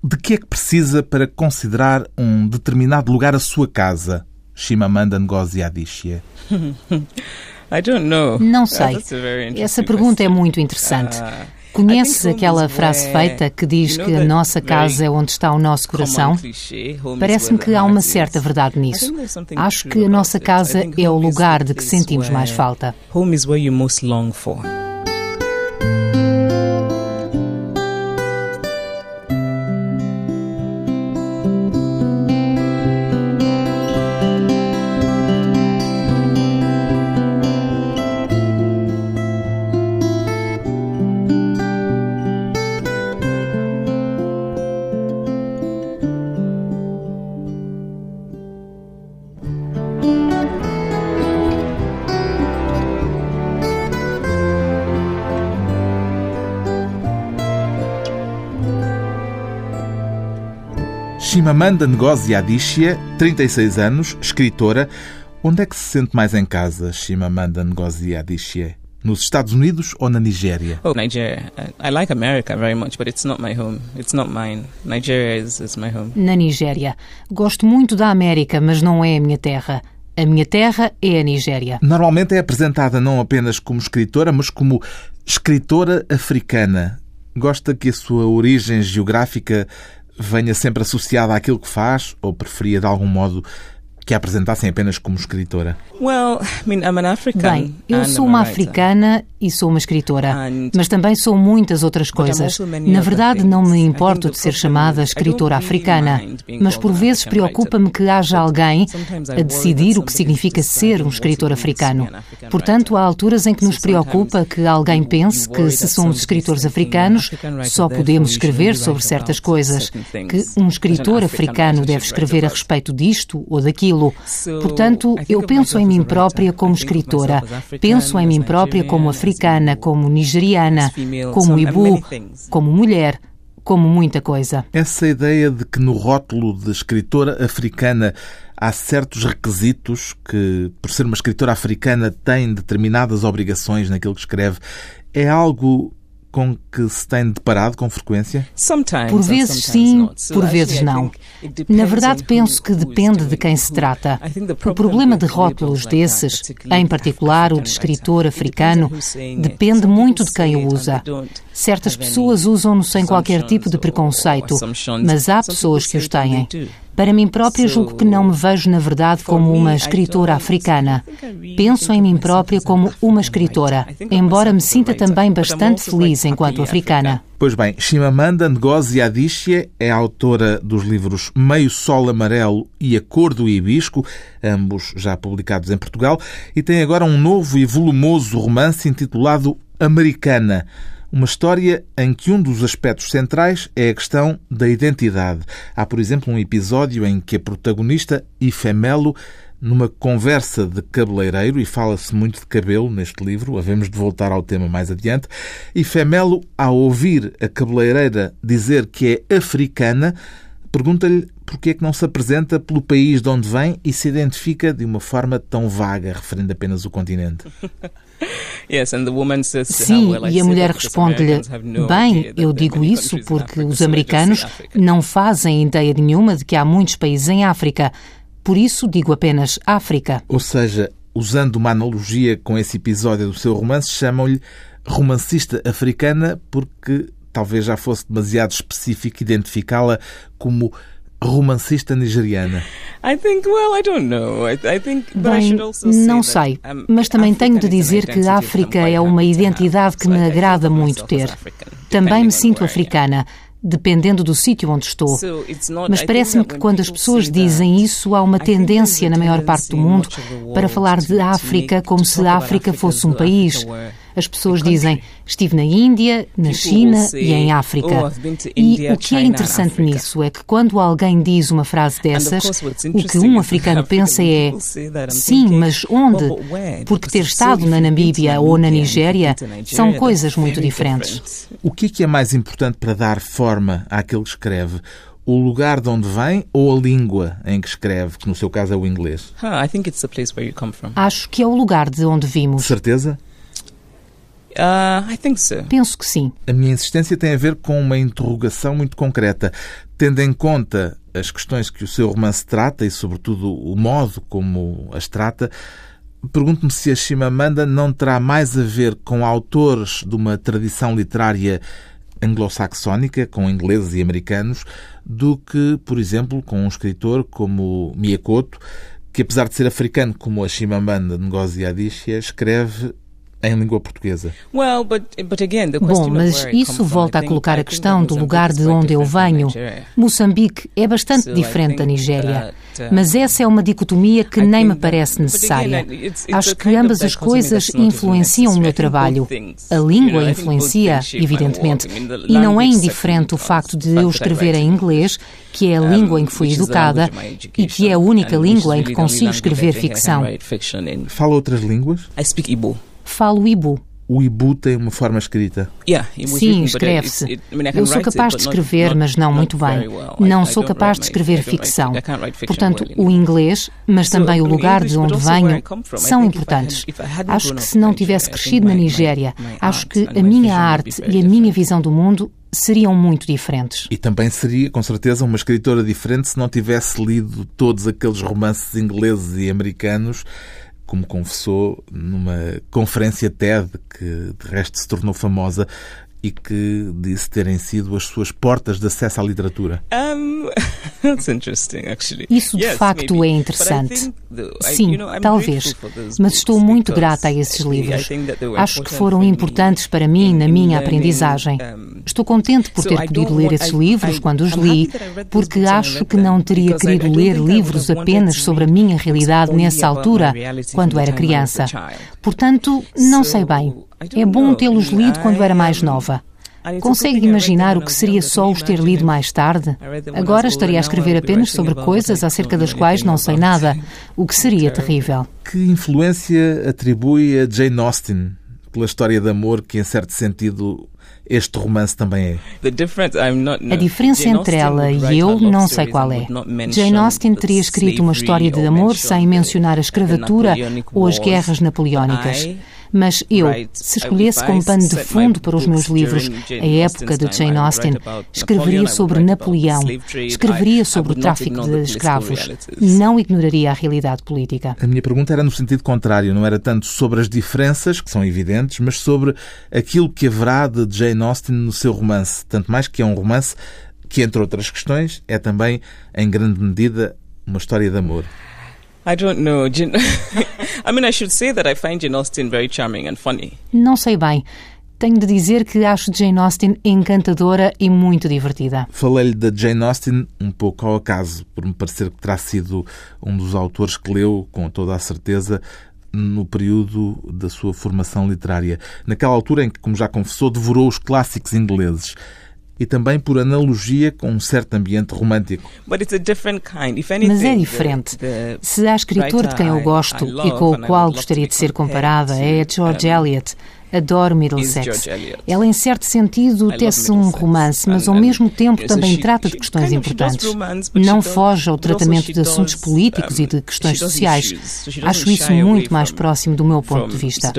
de que é que precisa para considerar um determinado lugar a sua casa, Chimamanda Ngozi Adichie? Não sei. Essa pergunta é muito interessante. Conheces aquela frase feita que diz que a nossa casa é onde está o nosso coração? Parece-me que há uma certa verdade nisso. Acho que a nossa casa é o lugar de que sentimos mais falta. Home is where you most long for. Chimamanda Ngozi Adichie, 36 anos, escritora. Onde é que se sente mais em casa, Chimamanda Ngozi Adichie? Nos Estados Unidos ou na Nigéria? Nigeria. I like America very much, but it's not my home. It's not mine. Nigeria is my home. Na Nigéria. Gosto muito da América, mas não é a minha terra. A minha terra é a Nigéria. Normalmente é apresentada não apenas como escritora, mas como escritora africana. Gosta que a sua origem geográfica venha sempre associada àquilo que faz, ou preferia de algum modo que a apresentassem apenas como escritora? Bem, eu sou uma africana e sou uma escritora, mas também sou muitas outras coisas. Na verdade, não me importo de ser chamada escritora africana, mas por vezes preocupa-me que haja alguém a decidir o que significa ser um escritor africano. Portanto, há alturas em que nos preocupa que alguém pense que, se somos escritores africanos, só podemos escrever sobre certas coisas, que um escritor africano deve escrever a respeito disto ou daquilo. Portanto, eu penso em mim própria como escritora, penso em mim própria como africana, como nigeriana, como ibu, como mulher, como muita coisa. Essa ideia de que no rótulo de escritora africana há certos requisitos que, por ser uma escritora africana, tem determinadas obrigações naquilo que escreve, é algo com que se tem deparado com frequência? Por vezes sim, por vezes não. Na verdade, penso que depende de quem se trata. O problema de rótulos desses, em particular o de escritor africano, depende muito de quem o usa. Certas pessoas usam-no sem qualquer tipo de preconceito, mas há pessoas que os têm. Para mim própria, julgo que não me vejo, na verdade, como uma escritora africana. Penso em mim própria como uma escritora, embora me sinta também bastante feliz enquanto africana. Pois bem, Chimamanda Ngozi Adichie é autora dos livros Meio Sol Amarelo e A Cor do Hibisco, ambos já publicados em Portugal, e tem agora um novo e volumoso romance intitulado Americana. Uma história em que um dos aspectos centrais é a questão da identidade. Há, por exemplo, um episódio em que a protagonista, Ife Melo, numa conversa de cabeleireiro, e fala-se muito de cabelo neste livro, havemos de voltar ao tema mais adiante, Ife Melo, ao ouvir a cabeleireira dizer que é africana, pergunta-lhe porque é que não se apresenta pelo país de onde vem e se identifica de uma forma tão vaga, referindo apenas o continente. Sim, e a mulher responde-lhe: bem, eu digo isso porque os americanos não fazem ideia nenhuma de que há muitos países em África. Por isso digo apenas África. Ou seja, usando uma analogia com esse episódio do seu romance, chamam-lhe romancista africana porque talvez já fosse demasiado específico identificá-la como romancista nigeriana. Bem, não sei, mas também tenho de dizer que a África é uma identidade que me agrada muito ter. Também me sinto africana, dependendo do sítio onde estou. Mas parece-me que quando as pessoas dizem isso, há uma tendência na maior parte do mundo para falar de África como se a África fosse um país. As pessoas dizem: estive na Índia, na China e em África. E o que é interessante nisso é que quando alguém diz uma frase dessas, o que um africano pensa é: sim, mas onde? Porque ter estado na Namíbia ou na Nigéria são coisas muito diferentes. O que é mais importante para dar forma àquilo que escreve? O lugar de onde vem ou a língua em que escreve, que no seu caso é o inglês? Acho que é o lugar de onde vimos. Certeza? Penso que sim. A minha insistência tem a ver com uma interrogação muito concreta. Tendo em conta as questões que o seu romance trata e, sobretudo, o modo como as trata, pergunto-me se a Chimamanda não terá mais a ver com autores de uma tradição literária anglo-saxónica, com ingleses e americanos, do que, por exemplo, com um escritor como Miyakoto, que, apesar de ser africano como a Chimamanda Ngozi Adichie, escreve em língua portuguesa. Bom, mas isso volta a colocar a questão do lugar de onde eu venho. Moçambique é bastante diferente da Nigéria, mas essa é uma dicotomia que nem me parece necessária. Acho que ambas as coisas influenciam o meu trabalho. A língua influencia, evidentemente, e não é indiferente o facto de eu escrever em inglês, que é a língua em que fui educada e que é a única língua em que consigo escrever ficção. Fala outras línguas? Falo Ibo. O Ibo tem uma forma escrita? Sim, escreve-se. Eu sou capaz de escrever, mas não muito bem. Não sou capaz de escrever ficção. Portanto, o inglês, mas também o lugar de onde venho, são importantes. Acho que se não tivesse crescido na Nigéria, acho que a minha arte e a minha visão do mundo seriam muito diferentes. E também seria, com certeza, uma escritora diferente se não tivesse lido todos aqueles romances ingleses e americanos, como confessou numa conferência TED, que de resto se tornou famosa e que disse terem sido as suas portas de acesso à literatura. Isso de facto é interessante. Sim, talvez. Mas estou muito grata a esses livros. Acho que foram importantes para mim na minha aprendizagem. Estou contente por ter podido ler esses livros quando os li, porque acho que não teria querido ler livros apenas sobre a minha realidade nessa altura, quando era criança. Portanto, não sei bem. É bom tê-los lido quando era mais nova. Consegue imaginar o que seria só os ter lido mais tarde? Agora estaria a escrever apenas sobre coisas acerca das quais não sei nada, o que seria terrível. Que influência atribui a Jane Austen pela história de amor que, em certo sentido, este romance também é? A diferença entre ela e eu não sei qual é. Jane Austen teria escrito uma história de amor sem mencionar a escravatura ou as guerras napoleónicas. Mas eu, se escolhesse como pano de fundo para os meus livros a época de Jane Austen, escreveria sobre Napoleão, escreveria sobre o tráfico de escravos, não ignoraria a realidade política. A minha pergunta era no sentido contrário, não era tanto sobre as diferenças, que são evidentes, mas sobre aquilo que haverá de Jane Austen no seu romance, tanto mais que é um romance que, entre outras questões, é também, em grande medida, uma história de amor. I don't know. I should say that I find Jane Austen very charming and funny. Não sei bem. Tenho de dizer que acho Jane Austen encantadora e muito divertida. Falei-lhe da Jane Austen um pouco ao acaso, por me parecer que terá sido um dos autores que leu, com toda a certeza, no período da sua formação literária. Naquela altura em que, como já confessou, devorou os clássicos ingleses. E também por analogia com um certo ambiente romântico. Mas é diferente. Se há escritor de quem eu gosto e com o qual gostaria de ser comparada é George Eliot. Adoro Middlesex. Ela, em certo sentido, tece um romance, mas ao mesmo tempo também trata de questões importantes. Não foge ao tratamento de assuntos políticos e de questões sociais. Acho isso muito mais próximo do meu ponto de vista.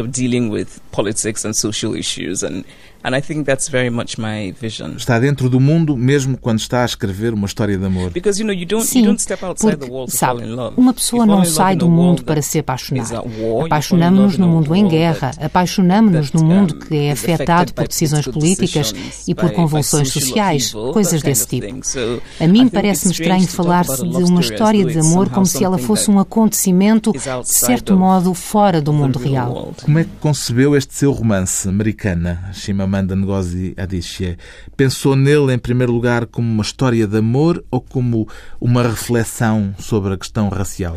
Está dentro do mundo mesmo quando está a escrever uma história de amor. Sim, porque, sabe, uma pessoa não sai do mundo para se apaixonar. Apaixonamos-nos no mundo em guerra, apaixonamos-nos no mundo que é afetado por decisões políticas e por convulsões sociais, coisas desse tipo. A mim parece-me estranho falar-se de uma história de amor como se ela fosse um acontecimento, de certo modo, fora do mundo real. Como é que concebeu este seu romance, Americana, Chimamanda Ngozi Adichie? Pensou nele, em primeiro lugar, como uma história de amor ou como uma reflexão sobre a questão racial?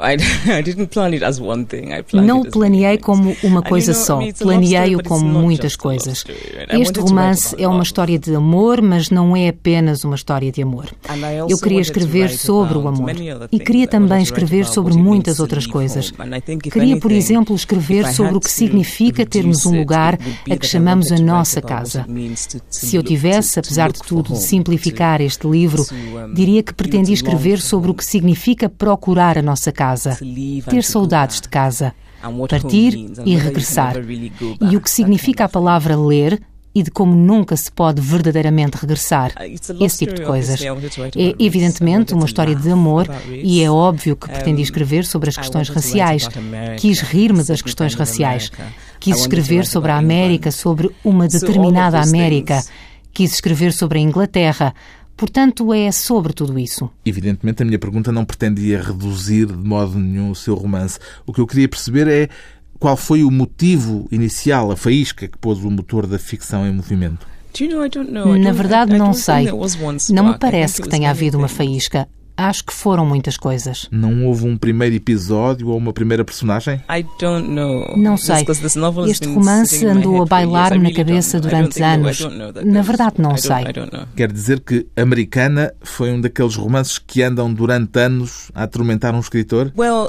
Não o planeei como uma coisa só. Planeei-o como muitas coisas. Este romance é uma história de amor, mas não é apenas uma história de amor. Eu queria escrever sobre o amor. E queria também escrever sobre muitas outras coisas. Queria, por exemplo, escrever sobre o que significa termos um lugar a que chamamos a nossa casa. Se eu tivesse, apesar de tudo, de simplificar este livro, diria que pretendia escrever sobre o que significa procurar a nossa casa. Ter saudades de casa, partir e regressar. E o que significa a palavra ler, e de como nunca se pode verdadeiramente regressar. Esse tipo de coisas. É evidentemente uma história de amor e é óbvio que pretendi escrever sobre as questões raciais. Quis rir-me das questões raciais. Quis escrever sobre a América, sobre uma determinada América. Quis escrever sobre a Inglaterra. Portanto, é sobre tudo isso. Evidentemente, a minha pergunta não pretendia reduzir de modo nenhum o seu romance. O que eu queria perceber é qual foi o motivo inicial, a faísca que pôs o motor da ficção em movimento. Na verdade, não sei. Não me parece que tenha havido uma faísca. Acho que foram muitas coisas. Não houve um primeiro episódio ou uma primeira personagem? Não sei. Este romance andou a bailar-me na cabeça durante anos. Na verdade, não sei. Quer dizer que Americana foi um daqueles romances que andam durante anos a atormentar um escritor?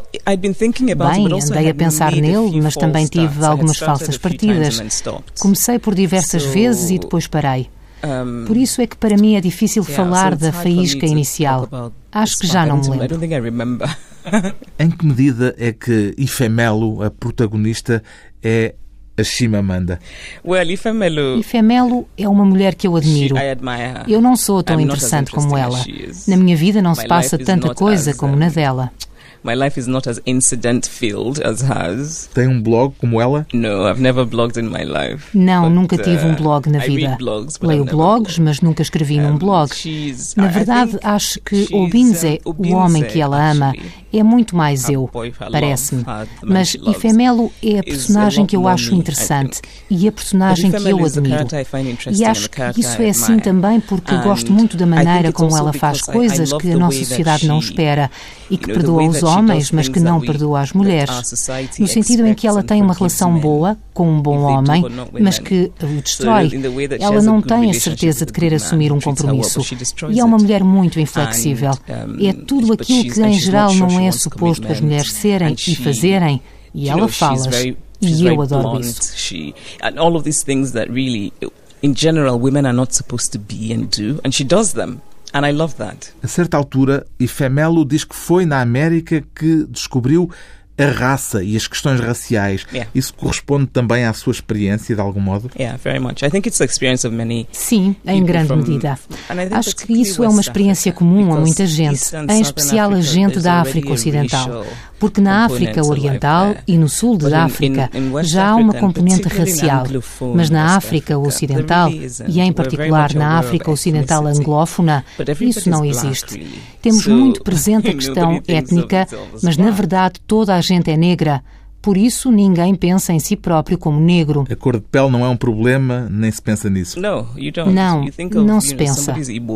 Bem, andei a pensar nele, mas também tive algumas falsas partidas. Comecei por diversas vezes e depois parei. Por isso é que para mim é difícil falar da faísca inicial. Acho que já não me lembro. Em que medida é que Ifemelo, a protagonista, é a Chimamanda? Ifemelo é uma mulher que eu admiro. Eu não sou tão interessante como ela. Na minha vida não se passa tanta coisa como na dela. My life is not as incident-filled as hers. Tem um blog como ela? No, I've never blogged in my life. Não, nunca tive um blog na vida. Leio blogs, mas nunca escrevi num blog. Na verdade, acho que Obinze, o homem que ela ama, é muito mais eu, parece-me. Mas Ifemelo é a personagem que eu acho interessante e a personagem que eu admiro. E acho que isso é assim também porque gosto muito da maneira como ela faz coisas que a nossa sociedade não espera e que perdoa os homens, mas que não perdoa as mulheres. No sentido em que ela tem uma relação boa com um bom homem, mas que o destrói. Ela não tem a certeza de querer assumir um compromisso. E é uma mulher muito inflexível. É tudo aquilo que, em geral, não é suposto as mulheres serem e fazerem. E ela fala-as. E eu adoro isso. All of these things that really, in general, women are not supposed to be and do, and she does them. And I love that. A certa altura, Ifemelo diz que foi na América que descobriu a raça e as questões raciais. Isso corresponde também à sua experiência, de algum modo? Very much. I think it's the experience of many. Sim, em grande medida. Acho que isso é uma experiência comum a muita gente, em especial a gente da África Ocidental. Porque na África Oriental e no sul da África já há uma componente racial, mas na África Ocidental, e em particular na África Ocidental anglófona, isso não existe. Temos muito presente a questão étnica, mas na verdade toda a gente é negra. Por isso, ninguém pensa em si próprio como negro. A cor de pele não é um problema, nem se pensa nisso. Não, não se pensa.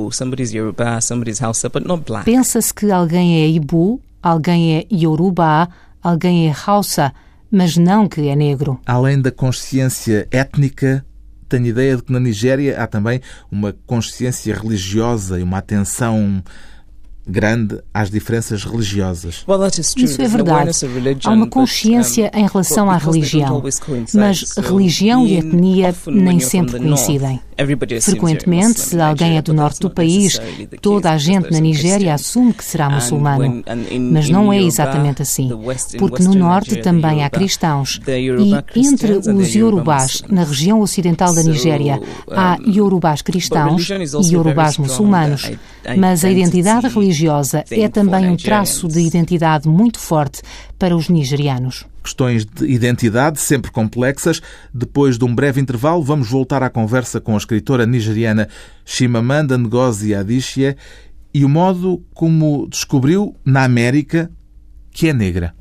Pensa-se que alguém é Ibu, alguém é Yoruba, alguém é Hausa, mas não que é negro. Além da consciência étnica, tenho ideia de que na Nigéria há também uma consciência religiosa e uma atenção grande às diferenças religiosas. Isso é verdade. Há uma consciência em relação à religião, mas religião e etnia nem sempre coincidem. Frequentemente, se alguém é do norte do país, toda a gente na Nigéria assume que será muçulmano. Mas não é exatamente assim, porque no norte também há cristãos. E entre os Yorubás, na região ocidental da Nigéria, há Yorubás cristãos e Yorubás muçulmanos. Mas a identidade religiosa é também um traço de identidade muito forte para os nigerianos. Questões de identidade sempre complexas. Depois de um breve intervalo, vamos voltar à conversa com a escritora nigeriana Chimamanda Ngozi Adichie e o modo como descobriu na América que é negra.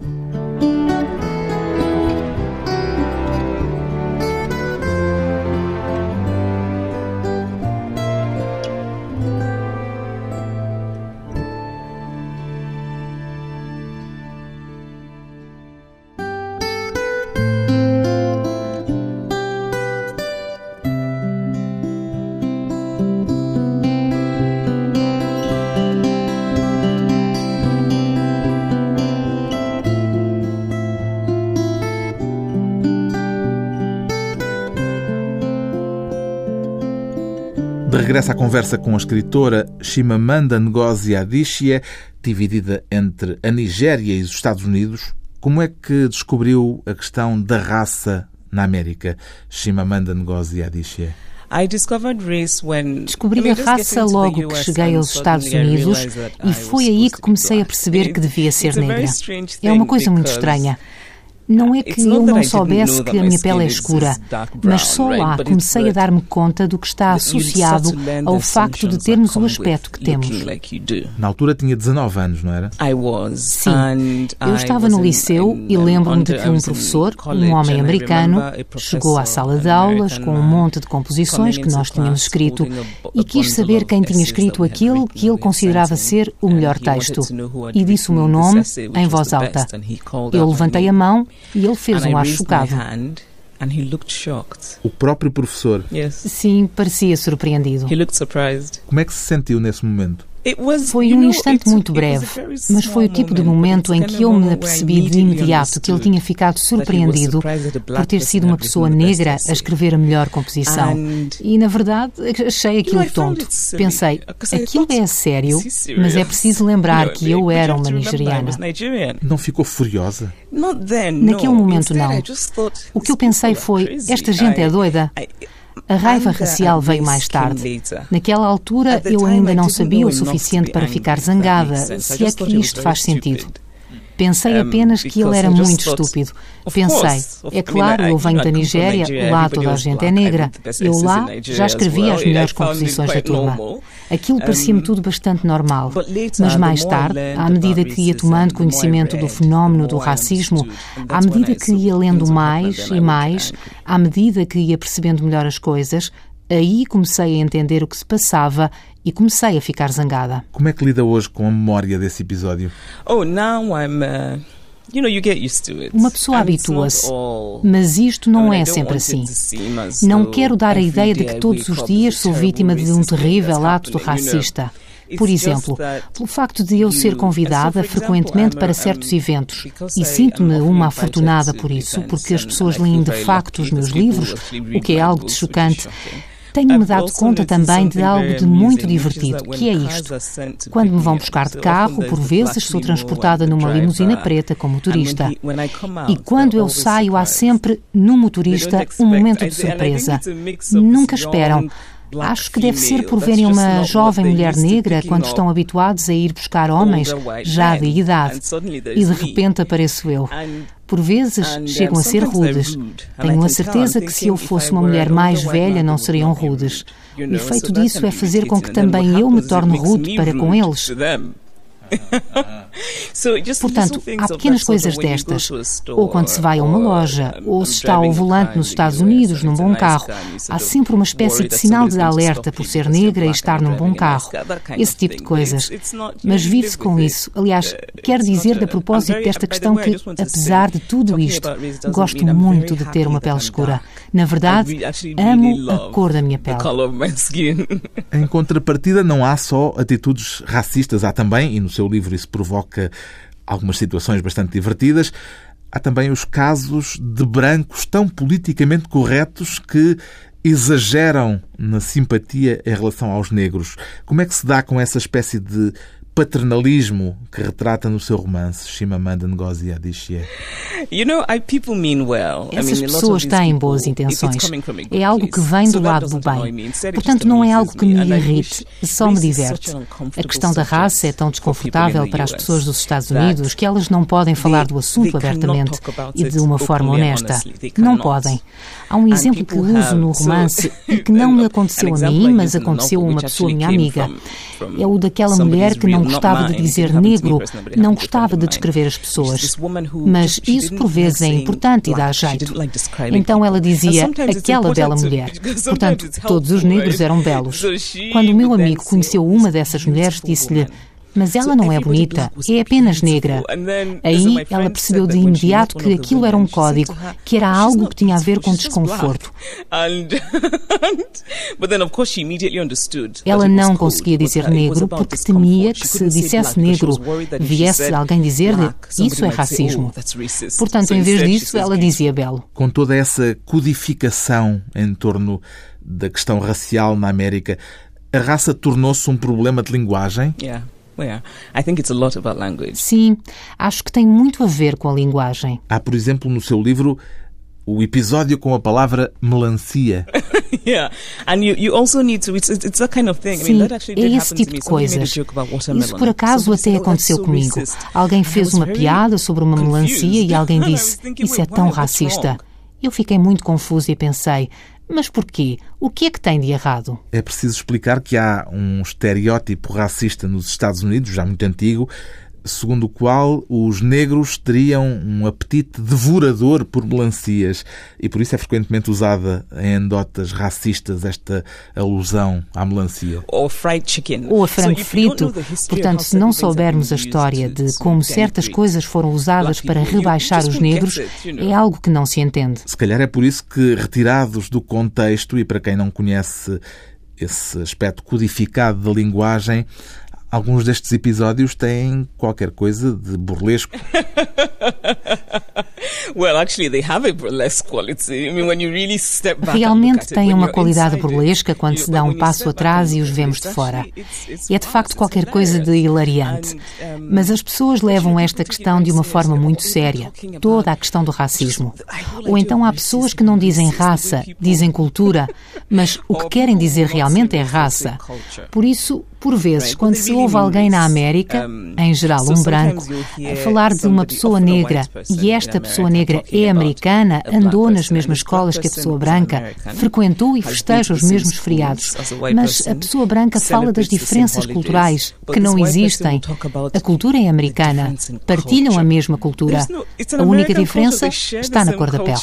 De regresso à conversa com a escritora Chimamanda Ngozi Adichie, dividida entre a Nigéria e os Estados Unidos, como é que descobriu a questão da raça na América, Chimamanda Ngozi Adichie? Descobri a raça logo que cheguei aos Estados Unidos e foi aí que comecei a perceber que devia ser negra. É uma coisa muito estranha. Não é que eu não soubesse que a minha pele é escura, mas só lá comecei a dar-me conta do que está associado ao facto de termos o aspecto que temos. Na altura tinha 19 anos, não era? Sim. Eu estava no liceu e lembro-me de que um professor, um homem americano, chegou à sala de aulas com um monte de composições que nós tínhamos escrito e quis saber quem tinha escrito aquilo que ele considerava ser o melhor texto. E disse o meu nome em voz alta. Eu levantei a mão e ele fez um ar chocado. O próprio professor? Sim, parecia surpreendido. Como é que se sentiu nesse momento? Foi um instante muito breve, mas foi o tipo de momento em que eu me apercebi de imediato que ele tinha ficado surpreendido por ter sido uma pessoa negra a escrever a melhor composição. E, na verdade, achei aquilo tonto. Pensei, aquilo é sério, mas é preciso lembrar que eu era uma nigeriana. Não ficou furiosa? Naquele momento, não. O que eu pensei foi, esta gente é doida. A raiva racial veio mais tarde. Naquela altura, eu ainda não sabia o suficiente para ficar zangada, se é que isto faz sentido. Pensei apenas que ele era muito estúpido. Pensei, é claro, eu venho da Nigéria, lá toda a gente é negra. Eu lá já escrevia as melhores composições da turma. Aquilo parecia-me tudo bastante normal. Mas mais tarde, à medida que ia tomando conhecimento do fenómeno do racismo, à medida que ia lendo mais e mais, à medida que ia percebendo melhor as coisas, aí comecei a entender o que se passava e comecei a ficar zangada. Como é que lida hoje com a memória desse episódio? Uma pessoa habitua-se, mas isto não é sempre assim. Não quero dar a ideia de que todos os dias sou vítima de um terrível ato racista. Por exemplo, pelo facto de eu ser convidada frequentemente para certos eventos, e sinto-me uma afortunada por isso, porque as pessoas leem de facto os meus livros, o que é algo de chocante. Tenho-me dado conta também de algo de muito divertido, que é isto. Quando me vão buscar de carro, por vezes sou transportada numa limusina preta como motorista. E quando eu saio, há sempre, no motorista, um momento de surpresa. Nunca esperam. Acho que deve ser por verem uma jovem mulher negra quando estão habituados a ir buscar homens já de idade. E de repente apareço eu. Por vezes chegam a ser rudes. Tenho a certeza que se eu fosse uma mulher mais velha não seriam rudes. O efeito disso é fazer com que também eu me torne rude para com eles. Portanto, há pequenas coisas destas. Ou quando se vai a uma loja, ou se está ao volante nos Estados Unidos, num bom carro. Há sempre uma espécie de sinal de alerta por ser negra e estar num bom carro. Esse tipo de coisas. Mas vive-se com isso. Aliás, quero dizer, a propósito desta questão, que, apesar de tudo isto, gosto muito de ter uma pele escura. Na verdade, amo a cor da minha pele. Em contrapartida, não há só atitudes racistas. Há também, e no seu livro isso provoca algumas situações bastante divertidas, há também os casos de brancos tão politicamente corretos que exageram na simpatia em relação aos negros. Como é que se dá com essa espécie de paternalismo que retrata no seu romance Chimamanda Ngozi Adichie? Essas pessoas têm boas intenções. É algo que vem do lado do bem. Portanto, não é algo que me irrite, só me diverte. A questão da raça é tão desconfortável para as pessoas dos Estados Unidos que elas não podem falar do assunto abertamente e de uma forma honesta. Não podem. Há um exemplo que uso no romance e que não me aconteceu a mim, mas aconteceu a uma pessoa minha amiga. É o daquela mulher que não gostava de dizer negro, não gostava de descrever as pessoas. Mas isso por vezes é importante e dá jeito. Então ela dizia, aquela bela mulher. Portanto, todos os negros eram belos. Quando o meu amigo conheceu uma dessas mulheres, disse-lhe, mas ela não é bonita, é apenas negra. Aí ela percebeu de imediato que aquilo era um código, que era algo que tinha a ver com desconforto. Ela não conseguia dizer negro porque temia que, se dissesse negro, viesse alguém dizer-lhe, isso é racismo. Portanto, em vez disso, ela dizia belo. Com toda essa codificação em torno da questão racial na América, a raça tornou-se um problema de linguagem? Sim, acho que tem muito a ver com a linguagem. Há, por exemplo, no seu livro, o episódio com a palavra melancia. Sim, é esse tipo de coisas. Isso por acaso até aconteceu comigo. Alguém fez uma piada sobre uma melancia e alguém disse: "Isso é tão racista." Eu fiquei muito confusa e pensei: mas porquê? O que é que tem de errado? É preciso explicar que há um estereótipo racista nos Estados Unidos, já muito antigo, segundo o qual os negros teriam um apetite devorador por melancias e por isso é frequentemente usada em anedotas racistas esta alusão à melancia. Ou a frango frito. Portanto, se não soubermos a história de como certas coisas foram usadas para rebaixar os negros, é algo que não se entende. Se calhar é por isso que, retirados do contexto, e para quem não conhece esse aspecto codificado da linguagem, alguns destes episódios têm qualquer coisa de burlesco. Realmente têm uma qualidade burlesca quando se dá um passo atrás e os vemos de fora. É de facto qualquer coisa de hilariante. Mas as pessoas levam esta questão de uma forma muito séria. Toda a questão do racismo. Ou então há pessoas que não dizem raça, dizem cultura, mas o que querem dizer realmente é raça. Por isso, por vezes, quando se ouve alguém na América, em geral um branco, a falar de uma pessoa negra e esta pessoa negra é americana, andou nas mesmas escolas que a pessoa branca, frequentou e festeja os mesmos feriados, mas a pessoa branca fala das diferenças culturais que não existem. A cultura é americana, partilham a mesma cultura. A única diferença está na cor da pele.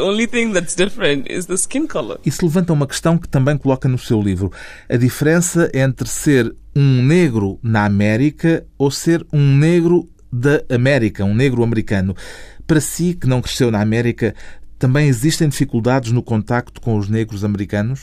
Isso levanta uma questão que também coloca no seu livro: a diferença entre ser um negro na América ou ser um negro da América, um negro americano. Para si, que não cresceu na América, também existem dificuldades no contacto com os negros americanos?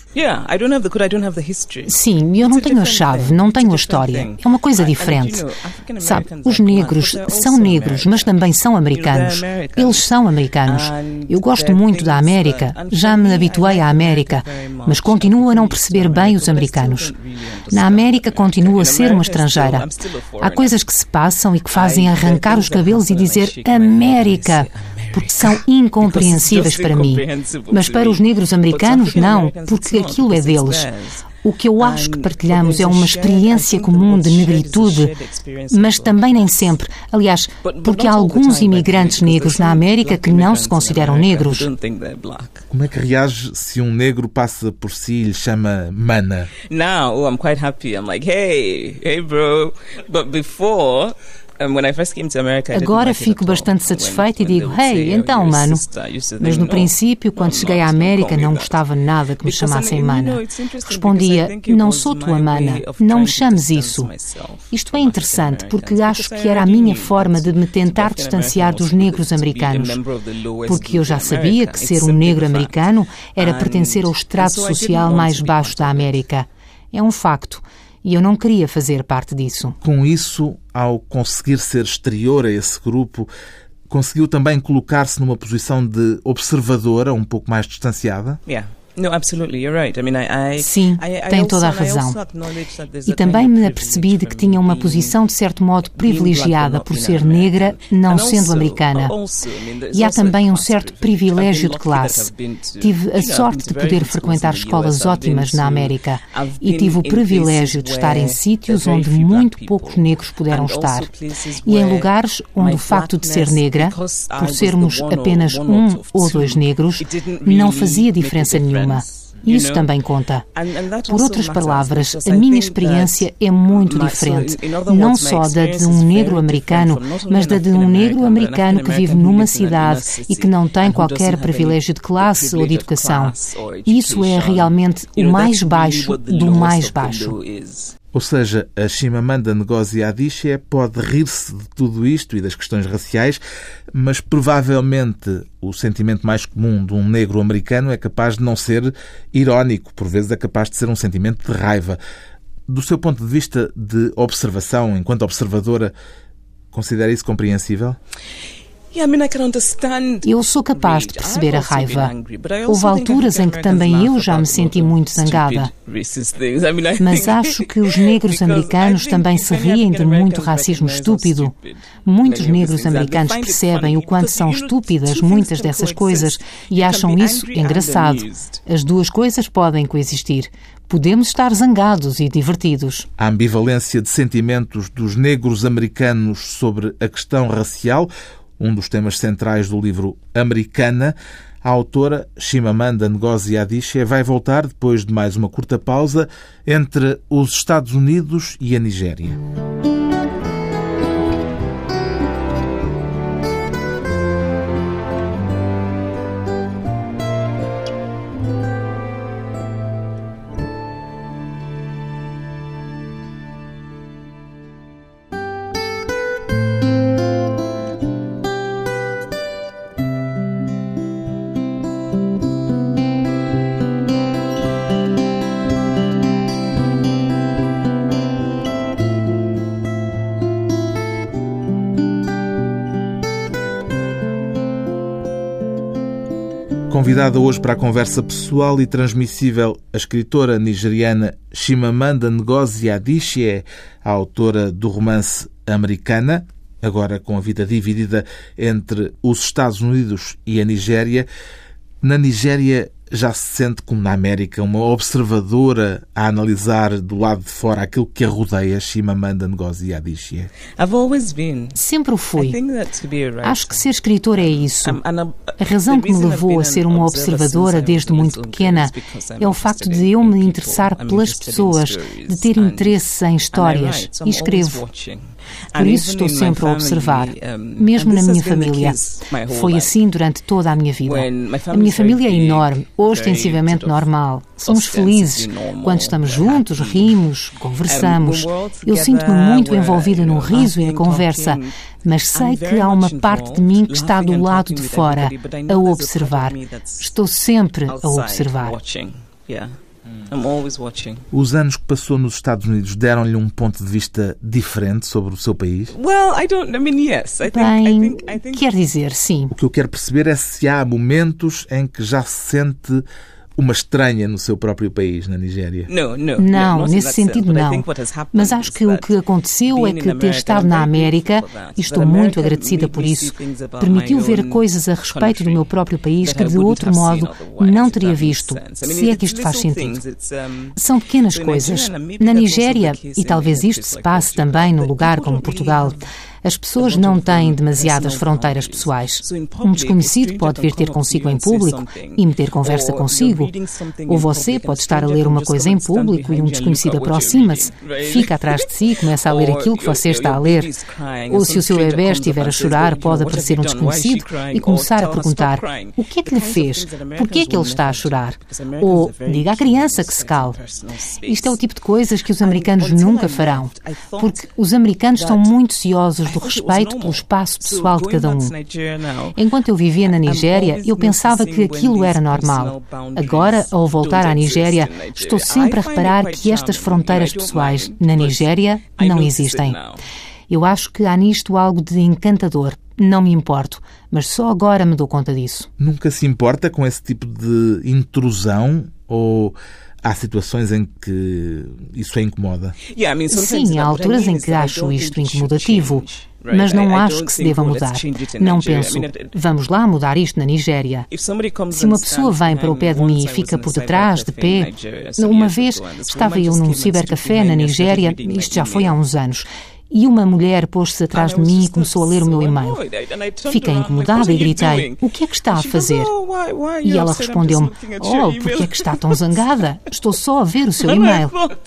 Sim, eu não tenho a chave, não tenho a história. É uma coisa diferente. Sabe, os negros são negros, mas também são americanos. Eles são americanos. Eu gosto muito da América, já me habituei à América, mas continuo a não perceber bem os americanos. Na América continuo a ser uma estrangeira. Há coisas que se passam e que fazem arrancar os cabelos e dizer América, porque são incompreensíveis para mim. Mas para os negros americanos, não, porque aquilo é deles. O que eu acho que partilhamos é uma experiência comum de negritude, mas também nem sempre. Aliás, porque há alguns imigrantes negros na América que não se consideram negros. Como é que reage se um negro passa por si e lhe chama mana? Now, I'm quite happy. I'm like, hey bro. But before... Agora fico bastante satisfeita e digo, hey, então, mano. Mas no princípio, quando cheguei à América, não gostava nada que me chamassem mana. Respondia, não sou tua mana, não me chames isso. Isto é interessante porque acho que era a minha forma de me tentar distanciar dos negros americanos. Porque eu já sabia que ser um negro americano era pertencer ao estrato social mais baixo da América. É um facto. E eu não queria fazer parte disso. Com isso, ao conseguir ser exterior a esse grupo, conseguiu também colocar-se numa posição de observadora, um pouco mais distanciada? Sim, tem toda a razão. E também me apercebi de que tinha uma posição de certo modo privilegiada por ser negra, não sendo americana. E há também um certo privilégio de classe. Tive a sorte de poder frequentar escolas ótimas na América e tive o privilégio de estar em sítios onde muito poucos negros puderam estar. E em lugares onde o facto de ser negra, por sermos apenas um ou dois negros, não fazia diferença nenhuma. Isso também conta. Por outras palavras, a minha experiência é muito diferente, não só da de um negro americano, mas da de um negro americano que vive numa cidade e que não tem qualquer privilégio de classe ou de educação. Isso é realmente o mais baixo do mais baixo. Ou seja, a Chimamanda Ngozi Adichie pode rir-se de tudo isto e das questões raciais, mas provavelmente o sentimento mais comum de um negro americano é capaz de não ser irónico, por vezes é capaz de ser um sentimento de raiva. Do seu ponto de vista de observação, enquanto observadora, considera isso compreensível? Eu sou capaz de perceber a raiva. Houve alturas em que também eu já me senti muito zangada. Mas acho que os negros americanos também se riem de muito racismo estúpido. Muitos negros americanos percebem o quanto são estúpidas muitas dessas coisas e acham isso engraçado. As duas coisas podem coexistir. Podemos estar zangados e divertidos. A ambivalência de sentimentos dos negros americanos sobre a questão racial, um dos temas centrais do livro Americana. A autora, Chimamanda Ngozi Adichie, vai voltar depois de mais uma curta pausa entre os Estados Unidos e a Nigéria. Convidada hoje para a conversa pessoal e transmissível, a escritora nigeriana Chimamanda Ngozi Adichie, a autora do romance Americana, agora com a vida dividida entre os Estados Unidos e a Nigéria. Na Nigéria já se sente, como na América, uma observadora a analisar do lado de fora aquilo que a rodeia, Chimamanda Ngozi Adichie? Sempre o fui. Acho que ser escritora é isso. A razão que me levou a ser uma observadora desde muito pequena é o facto de eu me interessar pelas pessoas, de ter interesse em histórias, e escrevo. Por isso estou sempre a observar, mesmo na minha família. Foi assim durante toda a minha vida. A minha família é enorme, ostensivamente normal. Somos felizes. Quando estamos juntos, rimos, conversamos. Eu sinto-me muito envolvida no riso e na conversa, mas sei que há uma parte de mim que está do lado de fora, a observar. Estou sempre a observar. Os anos que passou nos Estados Unidos deram-lhe um ponto de vista diferente sobre o seu país? Bem, quer dizer, sim. O que eu quero perceber é se há momentos em que já se sente uma estranha no seu próprio país, na Nigéria. Não, nesse sentido não. Mas acho que o que aconteceu é que ter estado na América, e estou muito agradecida por isso, permitiu ver coisas a respeito do meu próprio país que de outro modo não teria visto, se é que isto faz sentido. São pequenas coisas. Na Nigéria, e talvez isto se passe também num lugar como Portugal, as pessoas não têm demasiadas fronteiras pessoais. Um desconhecido pode vir ter consigo em público e meter conversa consigo. Ou você pode estar a ler uma coisa em público e um desconhecido aproxima-se, fica atrás de si e começa a ler aquilo que você está a ler. Ou se o seu bebê estiver a chorar, pode aparecer um desconhecido e começar a perguntar: o que é que lhe fez? Por que é que ele está a chorar? Ou diga à criança que se cale. Isto é o tipo de coisas que os americanos nunca farão, porque os americanos são muito ciosos do respeito pelo espaço pessoal de cada um. Enquanto eu vivia na Nigéria, eu pensava que aquilo era normal. Agora, ao voltar à Nigéria, estou sempre a reparar que estas fronteiras pessoais na Nigéria não existem. Eu acho que há nisto algo de encantador. Não me importo, mas só agora me dou conta disso. Nunca se importa com esse tipo de intrusão ou há situações em que isso a incomoda? Sim, há alturas em que acho isto incomodativo, mas não acho que se deva mudar. Não penso, vamos lá mudar isto na Nigéria. Se uma pessoa vem para o pé de mim e fica por detrás, de pé... Uma vez estava eu num cibercafé na Nigéria, isto já foi há uns anos, e uma mulher pôs-se atrás de mim e começou a ler o meu e-mail. Fiquei incomodada e gritei: o que é que está a fazer? E ela respondeu-me: oh, por que é que está tão zangada? Estou só a ver o seu e-mail.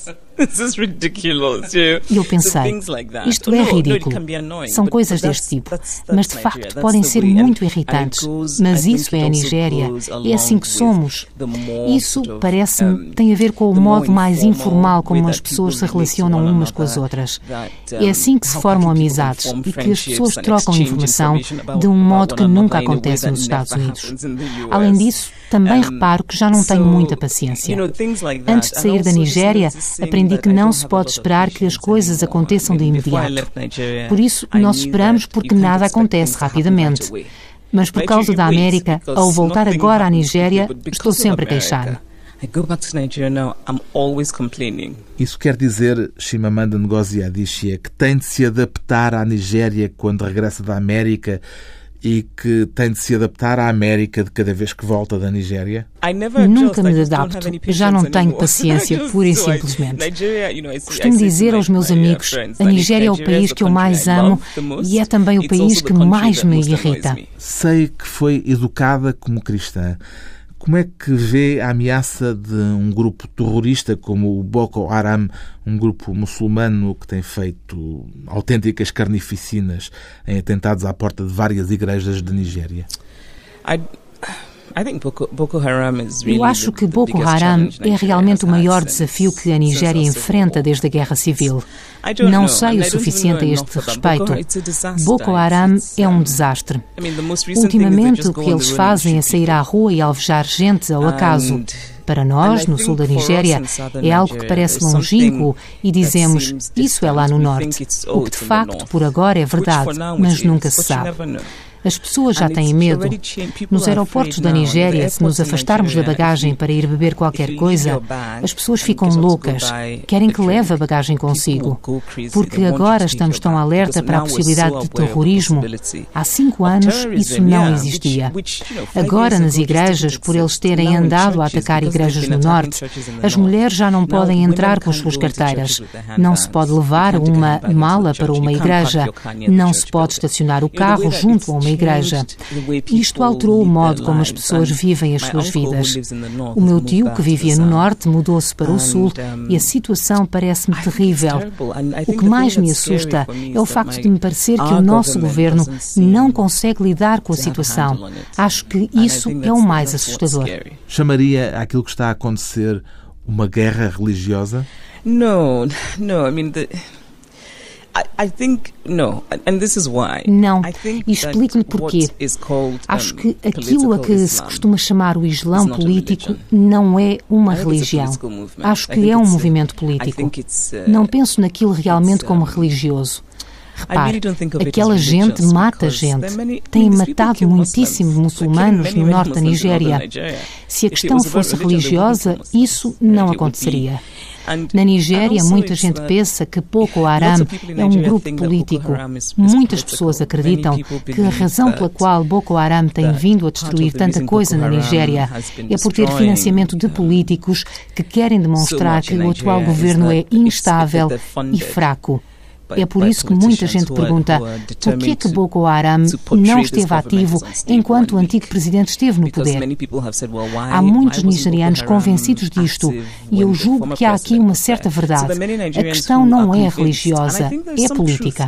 E eu pensei, isto é ridículo. São coisas deste tipo, mas de facto podem ser muito irritantes. Mas isso é a Nigéria, é assim que somos. Isso, parece-me, tem a ver com o modo mais informal como as pessoas se relacionam umas com as outras. É assim que se formam amizades e que as pessoas trocam informação de um modo que nunca acontece nos Estados Unidos. Além disso, também reparo que já não tenho muita paciência. Antes de sair da Nigéria, aprendi aprendi que não se pode esperar que as coisas aconteçam de imediato. Por isso, nós esperamos porque nada acontece rapidamente. Mas por causa da América, ao voltar agora à Nigéria, estou sempre a queixar-me. Isso quer dizer, Chimamanda Ngozi Adichie, que tem de se adaptar à Nigéria quando regressa da América e que tem de se adaptar à América de cada vez que volta da Nigéria? Nunca me adapto. Já não tenho paciência, pura e simplesmente. Costumo dizer aos meus amigos, a Nigéria é o país que eu mais amo e é também o país que mais me irrita. Sei que foi educada como cristã. Como é que vê a ameaça de um grupo terrorista como o Boko Haram, um grupo muçulmano que tem feito autênticas carnificinas em atentados à porta de várias igrejas de Nigéria? Eu acho que Boko Haram é realmente o maior desafio que a Nigéria enfrenta desde a Guerra Civil. Não sei o suficiente a este respeito. Boko Haram é um desastre. Ultimamente, o que eles fazem é sair à rua e alvejar gente ao acaso. Para nós, no sul da Nigéria, é algo que parece longínquo e dizemos, isso é lá no norte. O que de facto, por agora, é verdade, mas nunca se sabe. As pessoas já têm medo. Nos aeroportos da Nigéria, se nos afastarmos da bagagem para ir beber qualquer coisa, as pessoas ficam loucas. Querem que leve a bagagem consigo. Porque agora estamos tão alerta para a possibilidade de terrorismo. Há 5 anos, isso não existia. Agora, nas igrejas, por eles terem andado a atacar igrejas no norte, as mulheres já não podem entrar com as suas carteiras. Não se pode levar uma mala para uma igreja. Não se pode estacionar o carro junto a uma igreja. Isto alterou o modo como as pessoas vivem as suas vidas. O meu tio, que vivia no norte, mudou-se para o sul e a situação parece-me terrível. O que mais me assusta é o facto de me parecer que o nosso governo não consegue lidar com a situação. Acho que isso é o mais assustador. Chamaria aquilo que está a acontecer uma guerra religiosa? Não. E explico-lhe porquê. Acho que aquilo a que se costuma chamar o Islão político não é uma religião. Acho que é um movimento político. Não penso naquilo realmente como religioso. Repare, aquela gente mata gente. Têm matado muitíssimos muçulmanos no norte da Nigéria. Se a questão fosse religiosa, isso não aconteceria. Na Nigéria, muita gente pensa que Boko Haram é um grupo político. Muitas pessoas acreditam que a razão pela qual Boko Haram tem vindo a destruir tanta coisa na Nigéria é por ter financiamento de políticos que querem demonstrar que o atual governo é instável e fraco. É por isso que muita gente pergunta por que é que Boko Haram não esteve ativo enquanto o antigo presidente esteve no poder. Há muitos nigerianos convencidos disto e eu julgo que há aqui uma certa verdade. A questão não é religiosa, é política.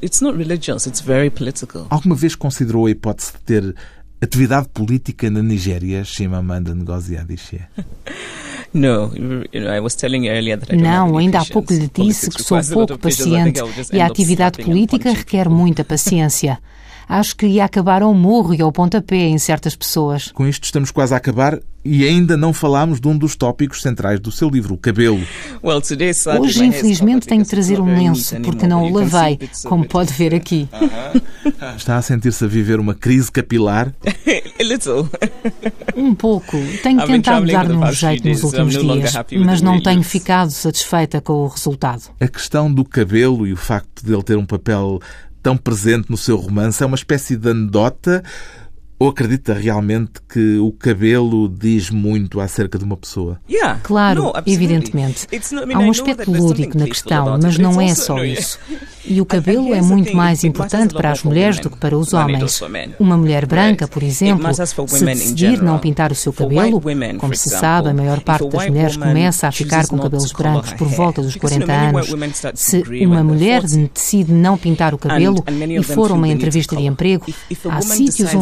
Alguma vez considerou a hipótese de ter atividade política na Nigéria, Chimamanda Ngozi Adichie? Não, ainda há pouco lhe disse que sou pouco paciente e a atividade política requer muita paciência. Acho que ia acabar ao murro e ao pontapé em certas pessoas. Com isto estamos quase a acabar e ainda não falámos de um dos tópicos centrais do seu livro, o cabelo. Hoje, infelizmente, tenho de trazer um lenço porque não o lavei, como pode ver aqui. Está a sentir-se a viver uma crise capilar? Um pouco. Tenho tentado dar-lhe um jeito nos últimos dias, mas não tenho ficado satisfeita com o resultado. A questão do cabelo e o facto de ele ter um papel tão presente no seu romance é uma espécie de anedota ou acredita realmente que o cabelo diz muito acerca de uma pessoa? Claro, evidentemente. Há um aspecto lúdico na questão, mas não é só isso. E o cabelo é muito mais importante para as mulheres do que para os homens. Uma mulher branca, por exemplo, se decidir não pintar o seu cabelo, como se sabe, a maior parte das mulheres começa a ficar com cabelos brancos por volta dos 40 anos. Se uma mulher decide não pintar o cabelo e for a uma entrevista de emprego, há sítios onde não será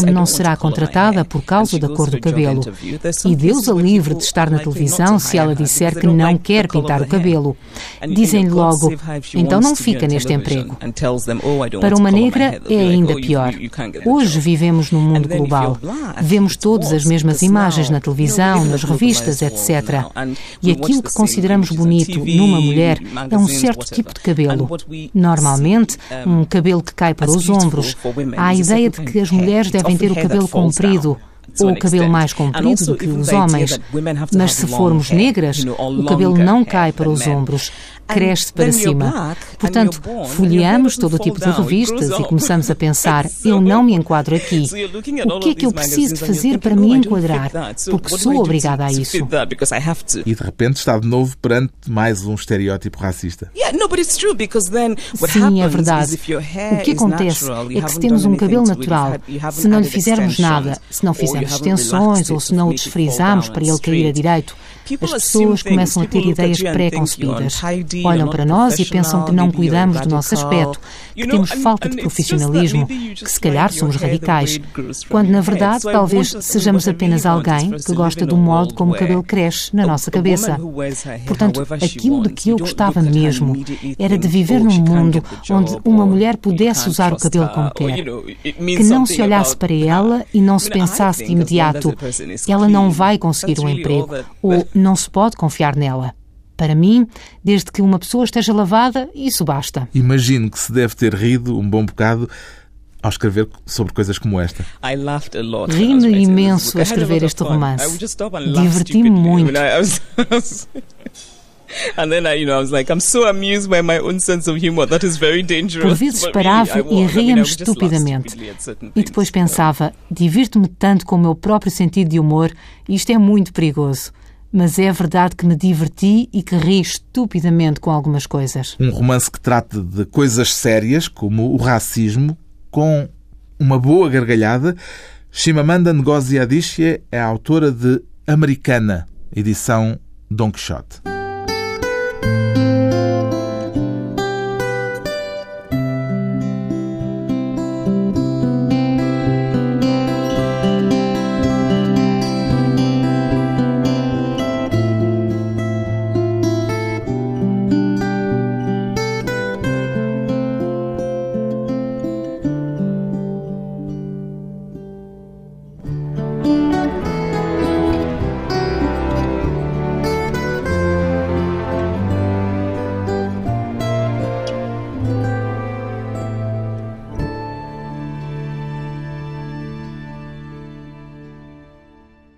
será contratada por causa da cor do cabelo. E Deus a livre de estar na televisão se ela disser que não quer pintar o cabelo. Dizem-lhe logo, então não fica neste emprego. Para uma negra é ainda pior. Hoje vivemos num mundo global. Vemos todas as mesmas imagens na televisão, nas revistas, etc. E aquilo que consideramos bonito numa mulher é um certo tipo de cabelo. Normalmente, um cabelo que cai para os ombros. Há a ideia de que as mulheres devem ter o cabelo comprido, ou o cabelo mais comprido do que os homens. Mas se formos negras, o cabelo não cai para os ombros, cresce para cima. Portanto, folheamos todo o tipo de revistas e começamos a pensar, eu não me enquadro aqui. O que é que eu preciso de fazer para me enquadrar? Porque sou obrigada a isso. E de repente está de novo perante mais um estereótipo racista. Sim, é verdade. O que acontece é que se temos um cabelo natural, se não lhe fizermos nada, se não fizermos extensões ou se não o desfrizarmos para ele cair a direito, as pessoas começam a ter ideias pré-concebidas. Olham para nós e pensam que não cuidamos do nosso aspecto, que temos falta de profissionalismo, que se calhar somos radicais, quando na verdade talvez sejamos apenas alguém que gosta do modo como o cabelo cresce na nossa cabeça. Portanto, aquilo de que eu gostava mesmo era de viver num mundo onde uma mulher pudesse usar o cabelo como quer, que não se olhasse para ela e não se pensasse de imediato, ela não vai conseguir um emprego, ou não se pode confiar nela. Para mim, desde que uma pessoa esteja lavada, isso basta. Imagino que se deve ter rido um bom bocado ao escrever sobre coisas como esta. Ri-me imenso a escrever este romance. Diverti-me muito. Por vezes parava e ria-me estupidamente. E depois pensava, divirto-me tanto com o meu próprio sentido de humor e isto é muito perigoso. Mas é verdade que me diverti e que ri estupidamente com algumas coisas. Um romance que trate de coisas sérias, como o racismo, com uma boa gargalhada. Chimamanda Ngozi Adichie é a autora de Americana, edição Dom Quixote.